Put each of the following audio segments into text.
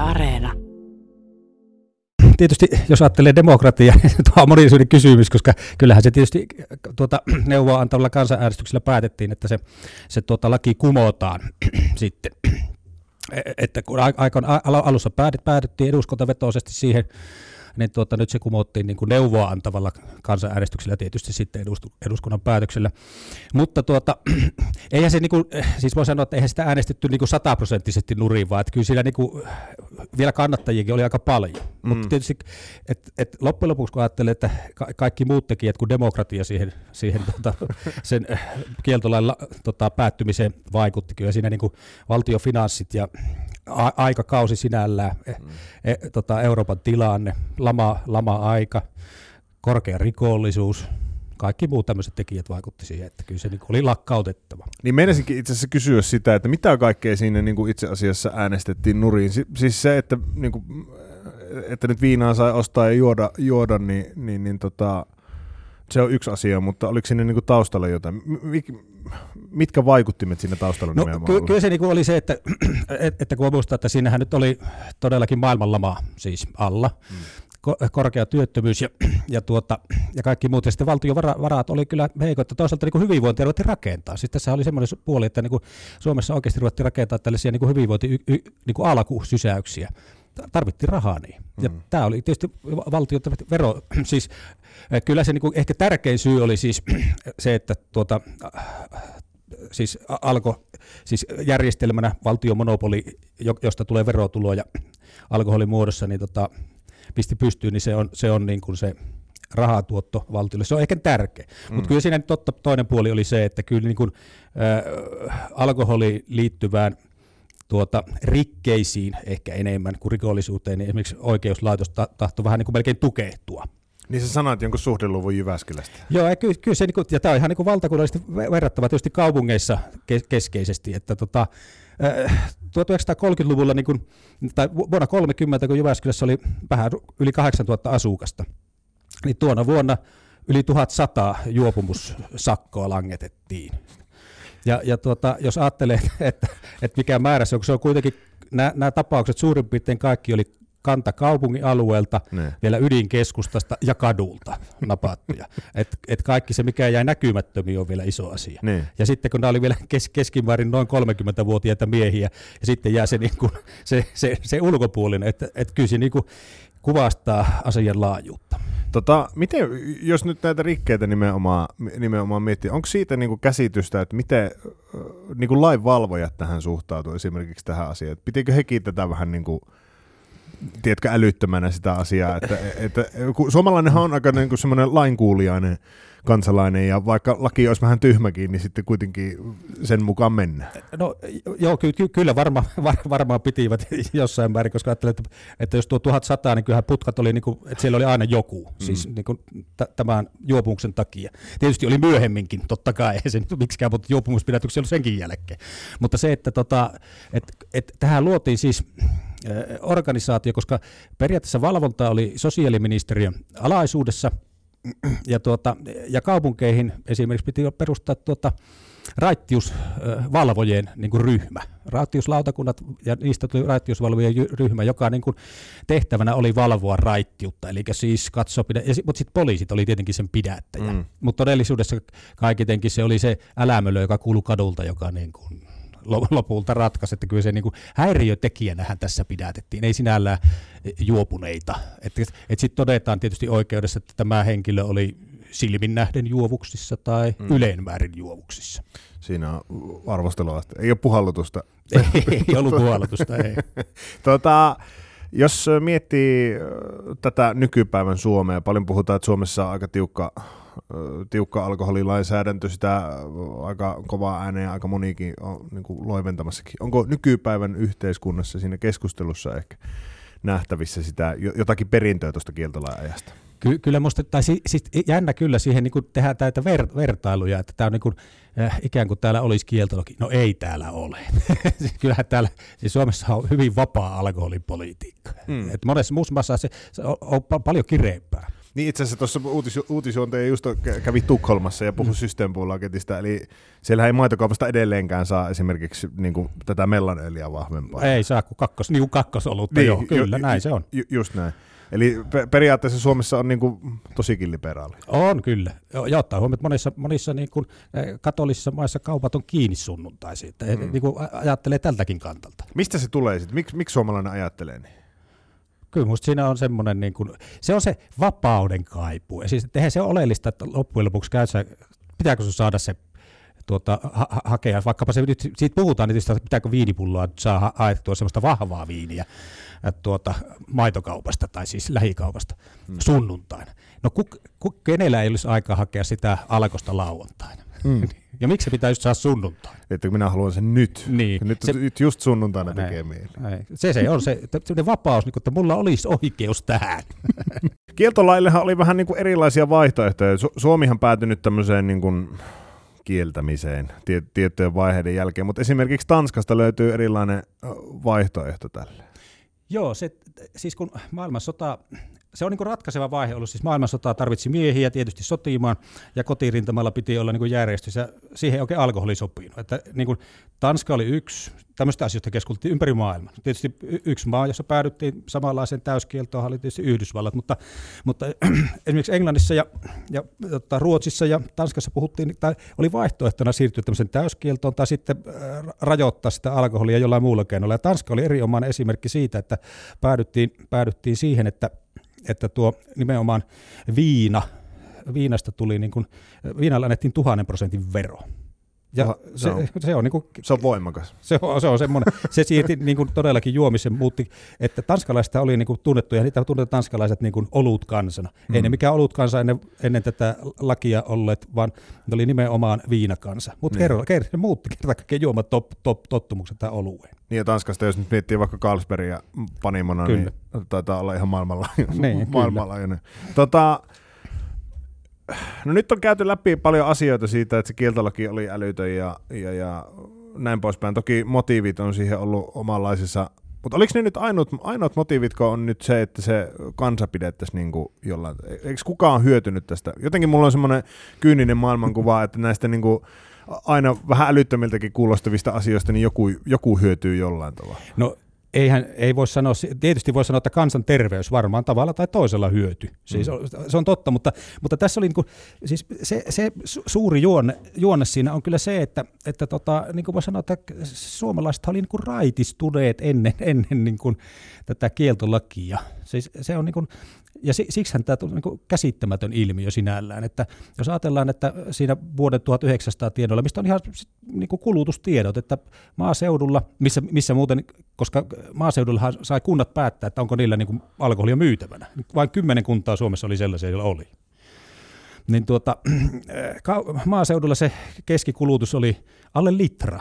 Areena. Tietysti jos ajattelee demokratiaa, niin tuo on moninaisuuden kysymys, koska kyllähän se tietysti neuvoa antavalla kansanäänestyksellä päätettiin, että se laki kumotaan sitten. Että kun alussa päädyttiin eduskuntavetoisesti siihen, niin nyt se kumottiin niin kuin neuvoa antavalla kansanäänestyksellä tietysti sitten eduskunnan päätöksellä. Mutta eihän se, niin kuin, siis voi sanoa, että eihän sitä äänestetty niin kuin 100% nurin, vaan että kyllä siinä niin kuin, vielä kannattajiakin oli aika paljon. Mutta tietysti että loppujen lopuksi kun ajattelee, että kaikki muut tekijät kuin demokratia siihen sen kieltolain päättymiseen vaikutti, kyllä siinä niin kuin valtiofinanssit ja aikakausi sinällään, Euroopan tilanne, lama-aika, korkea rikollisuus, kaikki muut tämmöiset tekijät vaikutti siihen, että kyllä se niin oli lakkautettava. Niin meinasinkin itse asiassa kysyä sitä, että mitä kaikkea siinä niin kuin itse asiassa äänestettiin nurin. Siis se, että, niin kuin, että nyt viinaa sai ostaa ja juoda niin se on yksi asia, mutta oliko siinä niin kuin taustalla jotain? Mitkä vaikuttimet siinä taustalla nimenomaan? Kyllä se niin kuin oli se, että kun muistaa, että siinähän nyt oli todellakin maailmanlama siis alla, korkea työttömyys ja kaikki muut, ja sitten valtion varat oli kyllä heikot, että toisaalta niin hyvinvointia ruvettiin rakentaa. Siis tässä oli semmoinen puoli, että niin kuin Suomessa oikeasti ruvettiin rakentaa tällaisia niin niin alkusysäyksiä. Tarvittiin rahaa niin. Ja tämä oli tietysti valtion vero, siis kyllä se niin kuin ehkä tärkein syy oli siis se, että siis alkoi siis järjestelmänä valtion monopoli, josta tulee verotuloja alkoholin muodossa, niin pisti pystyyn, niin se on niin kuin se rahatuotto valtiolle. Se on ehkä tärkeä. Mutta kyllä siinä toinen puoli oli se, että kyllä niin kuin, alkoholiin liittyvään rikkeisiin ehkä enemmän kuin rikollisuuteen, niin esimerkiksi oikeuslaitos tahtoi vähän niin kuin melkein tukehtua. Niin sä sanoit jonkun suhdeluvun Jyväskylästä. Joo, kyllä se, ja tämä on ihan niin kuin valtakunnallisesti verrattava tietysti kaupungeissa keskeisesti, että 1930-luvulla, niin kuin, tai vuonna 1930, kun Jyväskylässä oli vähän yli 8000 asukasta, niin tuona vuonna yli 1100 juopumussakkoa langetettiin. Ja jos ajattelee, että mikä määrä se on kuitenkin, nämä tapaukset suurin piirtein kaikki oli kantakaupungin alueelta, vielä ydinkeskustasta ja kadulta napattuja. Et kaikki se, mikä jäi näkymättömiin, on vielä iso asia. Ne. Ja sitten kun nämä oli vielä keskimäärin noin 30-vuotiaita miehiä, ja sitten jää se, niin kuin, se ulkopuolinen, että kyllä se niin kuin kuvastaa asian laajuutta. Miten, jos nyt näitä rikkeitä nimenomaan miettii, onko siitä niinku käsitystä, että miten niinku lainvalvojat tähän suhtautuu esimerkiksi tähän asiaan? Pitikö hekin tätä vähän niinku, tiedätkö, älyttömänä sitä asiaa? Että suomalainenhan on aika niinku semmoinen lainkuulijainen kansalainen, ja vaikka laki olisi vähän tyhmäkin, niin sitten kuitenkin sen mukaan mennään. No joo, kyllä varmaan pitivät jossain määrin, koska ajattelin, että jos tuo 1100, niin kyllähän putkat oli, niin kuin, että siellä oli aina joku, siis niin kuin tämän juopumuksen takia. Tietysti oli myöhemminkin, totta kai, ei se nyt miksikään, mutta juopumuspidätyksiä oli senkin jälkeen. Mutta se, että tähän luotiin siis organisaatio, koska periaatteessa valvonta oli sosiaaliministeriön alaisuudessa, ja kaupunkeihin esimerkiksi piti perustaa raittiusvalvojien niin kuin ryhmä. Raittiuslautakunnat ja niistä tuli raittiusvalvojien ryhmä, joka niin kuin tehtävänä oli valvoa raittiutta, eli siis katsoa, mutta sitten poliisit oli tietenkin sen pidättäjä. Mutta todellisuudessa kaikitenkin se oli se älämölö, joka kuului kadulta, joka niin kuin lopulta ratkaisi, että kyllä se niin kuin häiriötekijänähän tässä pidätettiin, ei sinällään juopuneita. Sitten todetaan tietysti oikeudessa, että tämä henkilö oli silmin nähden juovuksissa tai yleenmäärin juovuksissa. Siinä on arvostelua, ei ole puhallutusta. Ei ollut puhallutusta, ei. Jos miettii tätä nykypäivän Suomea, paljon puhutaan, että Suomessa on aika tiukka alkoholilainsäädäntö, sitä aika kovaa ääneen, aika monikin on niin kuin loiventamassakin. Onko nykypäivän yhteiskunnassa siinä keskustelussa ehkä nähtävissä sitä jotakin perintöä tuosta kieltolain ajasta? Kyllä musta, tai siis jännä kyllä siihen niin kuin tehdään näitä vertailuja, että tämä on niin kuin, ikään kuin täällä olisi kieltolaki. No ei täällä ole. Kyllähän täällä, siis Suomessa on hyvin vapaa alkoholipolitiikka. Että monessa muussa maassa se on paljon kireempää. Niin itse asiassa tuossa uutisjuontaja just kävi Tukholmassa ja puhui Systembolagetista, eli siellä ei maitokaupasta edelleenkään saa esimerkiksi niin kuin tätä mellanöljyä vahvempaa. Ei saa kuin kakkosolutta, niin, joo, kyllä, näin se on. Just näin. Eli periaatteessa Suomessa on niin kuin tosikin liberaali. On kyllä. Ja ottaa huomioon, että monissa niin kuin katolisissa maissa kaupat on kiinni sunnuntaisin. Että niin kuin ajattelee tältäkin kantalta. Mistä se tulee sitten? Miksi suomalainen ajattelee niin? Kyllä musta siinä on semmoinen, niin kuin, se on se vapauden kaipuu. Ja siis eihän se ole oleellista, että loppujen lopuksi pitääkö sun saada se hakea, vaikkapa se nyt, siitä puhutaan, että pitääkö viinipulloa saa haettua semmoista vahvaa viiniä maitokaupasta tai siis lähikaupasta sunnuntaina. No kenellä ei olisi aikaa hakea sitä alkosta lauantaina? Ja miksi se pitää just saada sunnuntaina? Että minä haluan sen nyt. Niin. Nyt just sunnuntaina tekee mieli. Se on se vapaus, että mulla olisi oikeus tähän. Kieltolaillehan oli vähän niin kuin erilaisia vaihtoehtoja. Suomihan päätyi nyt tämmöiseen niin kuin kieltämiseen tiettyjen vaiheiden jälkeen, mutta esimerkiksi Tanskasta löytyy erilainen vaihtoehto tälle. Joo, siis kun maailmansota, se on niin kuin ratkaiseva vaihe ollut, siis maailmansota tarvitsi miehiä tietysti sotimaan, ja kotirintamalla piti olla niin kuin järjestys, ja siihen ei oikein alkoholi sopinut. Että niin kuin Tanska oli yksi, tämmöistä asioista keskusteltiin ympäri maailman. Tietysti yksi maa, jossa päädyttiin samanlaiseen täyskieltoon, oli tietysti Yhdysvallat, mutta esimerkiksi Englannissa ja Ruotsissa ja Tanskassa puhuttiin, tai oli vaihtoehtona siirtyä tämmöisen täyskieltoon, tai sitten rajoittaa sitä alkoholia jollain muulla keinolla. Ja Tanska oli erinomainen esimerkki siitä, että päädyttiin siihen, että tuo nimenomaan viinasta tuli, niin kuin, viinalle annettiin 1000% vero. Ja se on, niin kuin, se on voimakas. Se on semmoinen. Se siirti niin kuin todellakin juomisen, muutti, että tanskalaista oli niin kuin tunnettu, ja niitä tunnetaan tanskalaiset niin kuin olutkansana. Ei ne mikään olutkansa ennen tätä lakia olleet, vaan ne oli nimenomaan viinakansa. Mutta se muutti kerta kaikkiaan juomatottumukset tai olueen. Niin ja Tanskasta, jos nyt miettii vaikka Carlsbergia panimona, niin taitaa olla ihan maailmanlaajuinen. No nyt on käyty läpi paljon asioita siitä, että se kieltolaki oli älytön ja näin poispäin. Toki motiivit on siihen ollut omanlaisissa, mutta oliko ne nyt ainoat motiivitko on nyt se, että se kansa pidettäisiin niin kuin jollain, eikö kukaan hyötynyt tästä? Jotenkin mulla on semmoinen kyyninen maailmankuva, että näistä niin kuin aina vähän älyttömiltäkin kuulostavista asioista niin joku hyötyy jollain tavalla. No ei voi sanoa, tietysti voi sanoa, että kansanterveys varmaan tavalla tai toisella hyöty. Siis se on totta, mutta tässä oli niin kuin, siis se suuri juonne siinä on kyllä se, että niin kuin voi sanoa, että suomalaiset oli niin kuin raitistuneet ennen niin kuin tätä kieltolakia. Siis se on niin kuin, ja siksihän tämä on niin käsittämätön ilmiö sinällään, että jos ajatellaan, että siinä vuoden 1900 tiedolla, mistä on ihan niin kuin kulutustiedot, että maaseudulla, missä muuten, koska maaseudullahan sai kunnat päättää, että onko niillä niin kuin alkoholia myytävänä, vain 10 kuntaa Suomessa oli sellaisia, joilla oli. Niin maaseudulla se keskikulutus oli alle litra.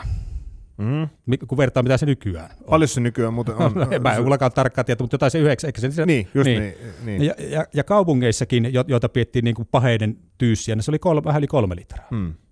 Kun vertaa mitä se nykyään on. Paljon se nykyään muuten on. Mä en kuitenkaan tarkkaan tiedä, mutta jotain se 9. Niin, just niin. Ja kaupungeissakin, joita piettiin niin kuin paheiden tyyssiä, se oli vähän yli 3 litraa.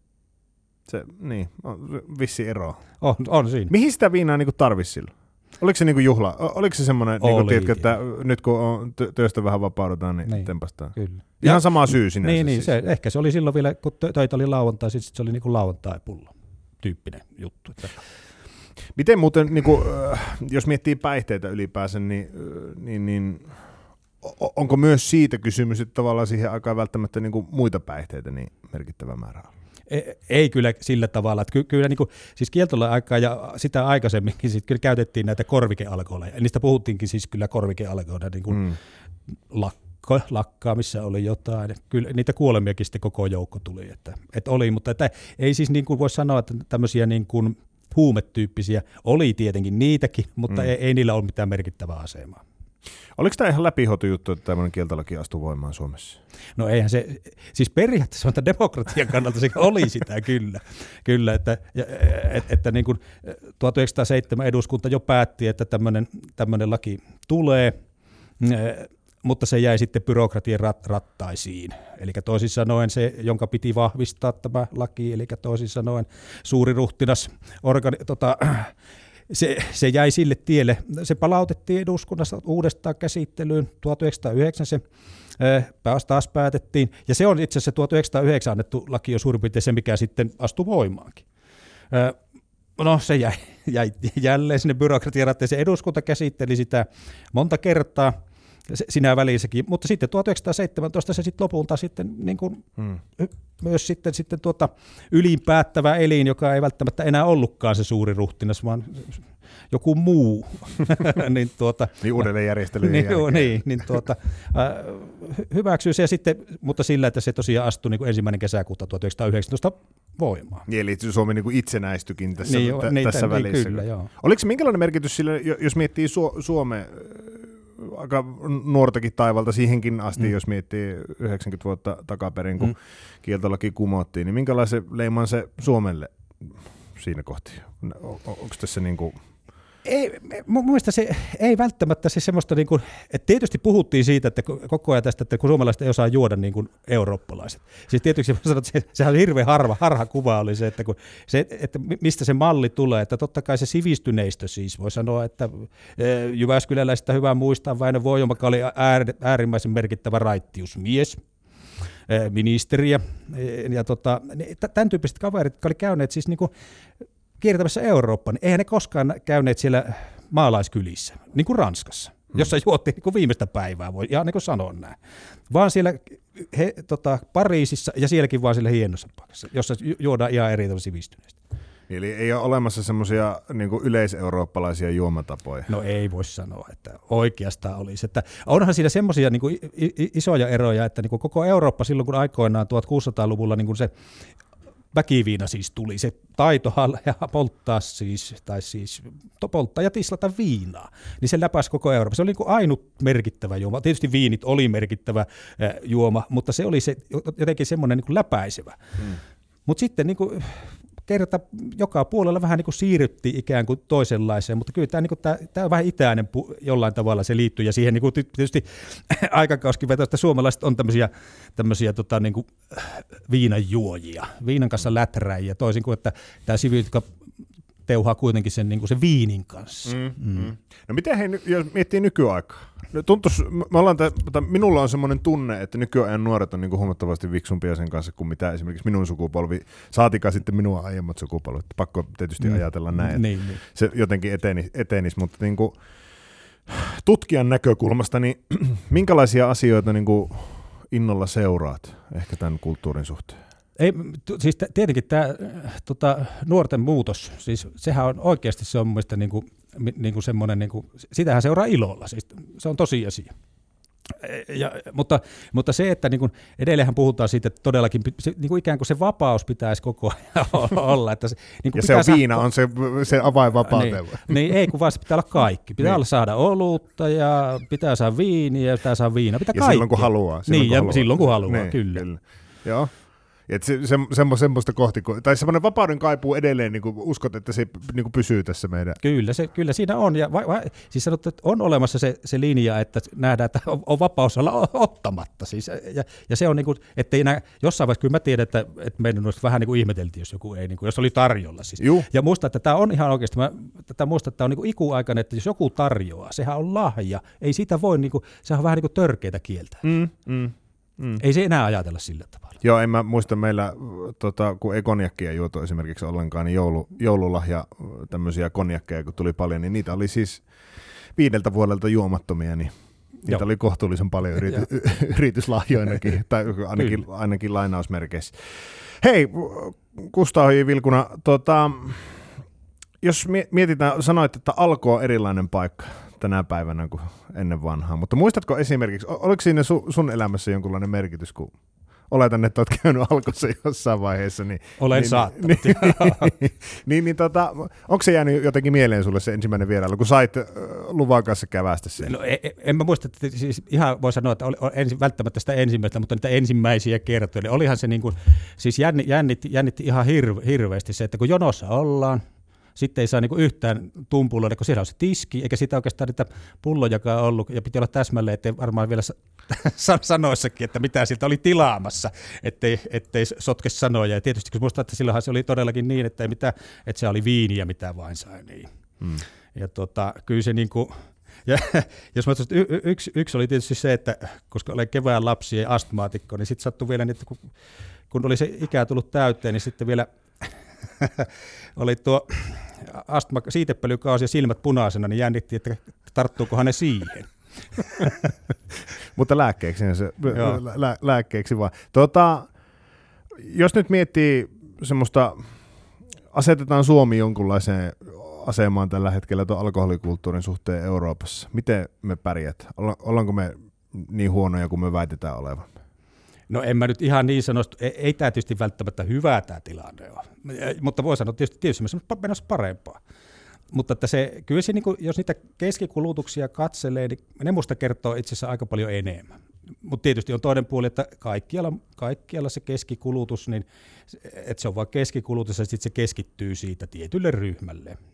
Niin, on vissi ero. On siinä. Mihin sitä viinaa niin tarvisi silloin? Oliko se niin kuin juhla? Oliko se semmoinen, niin tiedätkö, että nyt kun on työstä vähän vapaudutaan, niin tempastaan? Kyllä. Ihan sama syy sinänsä. Niin, ehkä se oli silloin vielä, kun töitä oli lauantai, sitten se oli niin kuin lauantai-pullo tyyppinen juttu. Miten muuten, niin kuin, jos miettii päihteitä ylipäänsä, niin onko myös siitä kysymys, että tavallaan siihen aikaan välttämättä niin kuin muita päihteitä niin merkittävä määrä on? Ei kyllä sillä tavalla, että kyllä niin kuin, siis kieltolain aikaa ja sitä aikaisemminkin sit kyllä käytettiin näitä korvikealkoholeja. Niistä puhuttiinkin siis kyllä korvikealkoholeja, niin kuin lakkaa, missä oli jotain. Kyllä niitä kuolemiakin sitten koko joukko tuli, että oli, mutta että ei siis niin kuin voi sanoa, että tämmöisiä niin kuin huumetyyppisiä oli tietenkin niitäkin, mutta ei niillä ole mitään merkittävää asemaa. Oliko tämä ihan läpihoitojuttu, että tämmöinen kieltolaki astui voimaan Suomessa? No eihän se, siis periaatteessa on demokratian kannalta se oli sitä kyllä että niin kuin 1907 eduskunta jo päätti, että tämmöinen laki tulee, mutta se jäi sitten byrokratian rattaisiin. Eli toisin sanoen se, jonka piti vahvistaa tämä laki, eli toisin sanoen suuriruhtinas se jäi sille tielle. Se palautettiin eduskunnassa uudestaan käsittelyyn 1909 se taas päätettiin, ja se on itse asiassa 1909 annettu laki jo suurin piirtein se, mikä sitten astui voimaankin. No se jäi jälleen sinne byrokratiaratteeseen. Eduskunta käsitteli sitä monta kertaa sinä välissäkin, mutta sitten 1917 se sitten lopulta sitten niin kuin myös sitten ylin päättävä elin, joka ei välttämättä enää ollutkaan se suuri ruhtinas, vaan joku muu. niin uudelleenjärjestelyjen jälkeen. Hyväksyy se sitten, mutta sillä, että se tosiaan astui niin kuin 1. kesäkuuta 1919 voimaan. Niin, eli Suomi niin kuin itsenäistyikin tässä välissä. Kyllä, joo. Oliko minkälainen merkitys sillä, jos miettii Suomea, aika nuortakin taivalta siihenkin asti, jos miettii 90 vuotta takaperin, kun kieltolaki kumottiin, niin minkälaisen leiman se Suomelle siinä kohti? Onko tässä niin kuin... Ei, mun mielestä se ei välttämättä se semmoista, niin kuin, että tietysti puhuttiin siitä, että koko ajan tästä, että kun suomalaiset ei osaa juoda niin kuin eurooppalaiset. Siis tietysti sanoin, että sehän hirveän harha kuva oli se, että mistä se malli tulee, että totta kai se sivistyneistö siis voi sanoa, että Jyväskyläläistä hyvä muistaa Väinö Vuojama, joka oli äärimmäisen merkittävä raittiusmies, ministeriä ja tämän tyyppiset kaverit, jotka oli käyneet siis niin kuin kiertämässä Eurooppaan, niin eihän ne koskaan käyneet siellä maalaiskylissä, niin kuin Ranskassa, jossa juottiin niin kuin viimeistä päivää, voi ihan niin kuin sanoa näin. Vaan siellä Pariisissa ja sielläkin vaan siellä hienossa paikassa, jossa juodaan ihan eri tavalla sivistyneistä. Eli ei ole olemassa semmoisia niin kuin yleiseurooppalaisia juomatapoja? No ei voi sanoa, että oikeastaan olisi. Että onhan siinä semmoisia niin kuin isoja eroja, että niin kuin koko Eurooppa silloin, kun aikoinaan 1600-luvulla niin kuin se väkiviina siis tuli, se taito polttaa siis, tai siis polttaa ja tislata viinaa, niin se läpäisi koko Eurooppa. Se oli niin kuin ainut merkittävä juoma. Tietysti viinit oli merkittävä juoma, mutta se oli se, jotenkin semmoinen niin kuin läpäisevä. Mutta sitten niin kuin kerta joka puolella vähän niin kuin siirryttiin ikään kuin toisenlaiseen, mutta kyllä tämä on vähän itäinen jollain tavalla se liittyy, ja siihen niin kuin tietysti aikakauskin vetää, että suomalaiset on tämmöisiä niin kuin viinanjuojia, viinan kanssa läträjiä, toisin kuin että tämä siviilit, jotka teuhaa kuitenkin sen, niin kuin sen viinin kanssa. No miten jos miettii nykyaikaa? No minulla on semmoinen tunne, että nykyajan nuoret on niin kuin huomattavasti viksumpia sen kanssa kuin mitä esimerkiksi minun sukupolvi, saatikaan sitten minua aiemmat sukupolvet. Pakko tietysti ajatella näin, niin. Se jotenkin etenisi, mutta niin kuin tutkijan näkökulmasta, niin minkälaisia asioita niin kuin innolla seuraat ehkä tämän kulttuurin suhteen? Ei, siis tietenkin tämä nuorten muutos, siis sehän on oikeasti se on mun mielestä niin kuin semmoinen, niin kuin, sitähän seuraa ilolla, siis se on tosiasia. Mutta se, että niin kuin edelleenhän puhutaan siitä, että todellakin niin kuin ikään kuin se vapaus pitäisi koko ajan olla. Että se, niin kuin ja se on viina, on se avainvapauteen. Niin, ei kun vaan se pitää olla kaikki. Pitää olla saada olutta ja pitää saada viiniä ja pitää saada viina. Pitää ja kaikki. Silloin kun haluaa. Silloin kun haluaa, kyllä. Joo. Että semmoista kohti, tai semmoinen vapauden kaipuu edelleen, niin kuin uskot, että se niin kuin pysyy tässä meidän. Kyllä siinä on, ja siis sanottu, että on olemassa se linja, että nähdään, että on vapaus olla ottamatta, siis, ja se on niin kuin, että jossain vaiheessa kyllä mä tiedän, että meidän olisi vähän niin kuin ihmeteltiin, jos joku ei, niin kuin, jos oli tarjolla. Siis. Ja muista, että tämä on ihan oikeasti, muista, että tämä on niin kuin ikuaikainen, että jos joku tarjoaa, sehän on lahja, ei siitä voi, niin kuin, sehän on vähän niin kuin törkeitä kieltä. Ei se enää ajatella sillä tavalla. Joo, en mä muista meillä, kun ei konjakkia juotu esimerkiksi ollenkaan, niin joululahja tämmöisiä konjakkeja, kun tuli paljon, niin niitä oli siis 5 vuodelta juomattomia, niin niitä oli kohtuullisen paljon yrityslahjoinakin, tai ainakin lainausmerkeissä. Hei, Kustaa H.J. Vilkuna, jos mietitään, sanoit, että Alko on erilainen paikka tänä päivänä kuin ennen vanhaa, mutta muistatko esimerkiksi, oliko siinä sun elämässä jonkunlainen merkitys, kun oletan, että olet käynyt Alkossa jossain vaiheessa. Olen saattanut. Onko se jäänyt jotenkin mieleen sulle se ensimmäinen vierailu, kun sait luvan kanssa kävästä sen? No, en mä muista, että siis ihan voi sanoa, että oli välttämättä sitä ensimmäistä, mutta niitä ensimmäisiä kertoja. Eli olihan se niin kuin, siis jännitti ihan hirveästi se, että kun jonossa ollaan, sitten ei saa niinku yhtään tumpuloida, kun siellä on se tiski, eikä sitä oikeastaan niitä pullojakaan ollut, ja piti olla täsmälleen, ettei varmaan vielä sanoissakin, että mitä siltä oli tilaamassa, ettei sotke sanoja. Ja tietysti kun muistaa, että silloinhan se oli todellakin niin, että se oli viiniä, mitä vain sai. Niin. Ja kyllä se niinku, ja jos mä yksi oli tietysti se, että koska olen kevään lapsi ja astmaatikko, niin sitten sattui vielä, että kun oli se ikää tullut täyteen, niin sitten vielä oli tuo siitepölykausi ja silmät punaisena, niin jännitti, että tarttuukohan ne siihen. Mutta lääkkeeksi se, lääkkeeksi vaan. Jos nyt miettii semmoista, asetetaan Suomi jonkunlaiseen asemaan tällä hetkellä tuon alkoholikulttuurin suhteen Euroopassa. Miten me pärjät? Ollaanko me niin huonoja kuin me väitetään olevan? No en mä nyt ihan niin sano, ei tämä tietysti välttämättä hyvä tämä tilanne ole, mutta voi sanoa tietysti menossa parempaa. Mutta että kyllä se, niin kuin, jos niitä keskikulutuksia katselee, niin ne musta kertoo itse asiassa aika paljon enemmän. Mutta tietysti on toinen puoli, että kaikkialla se keskikulutus, niin että se on vain keskikulutus ja sitten se keskittyy siitä tietylle ryhmälle.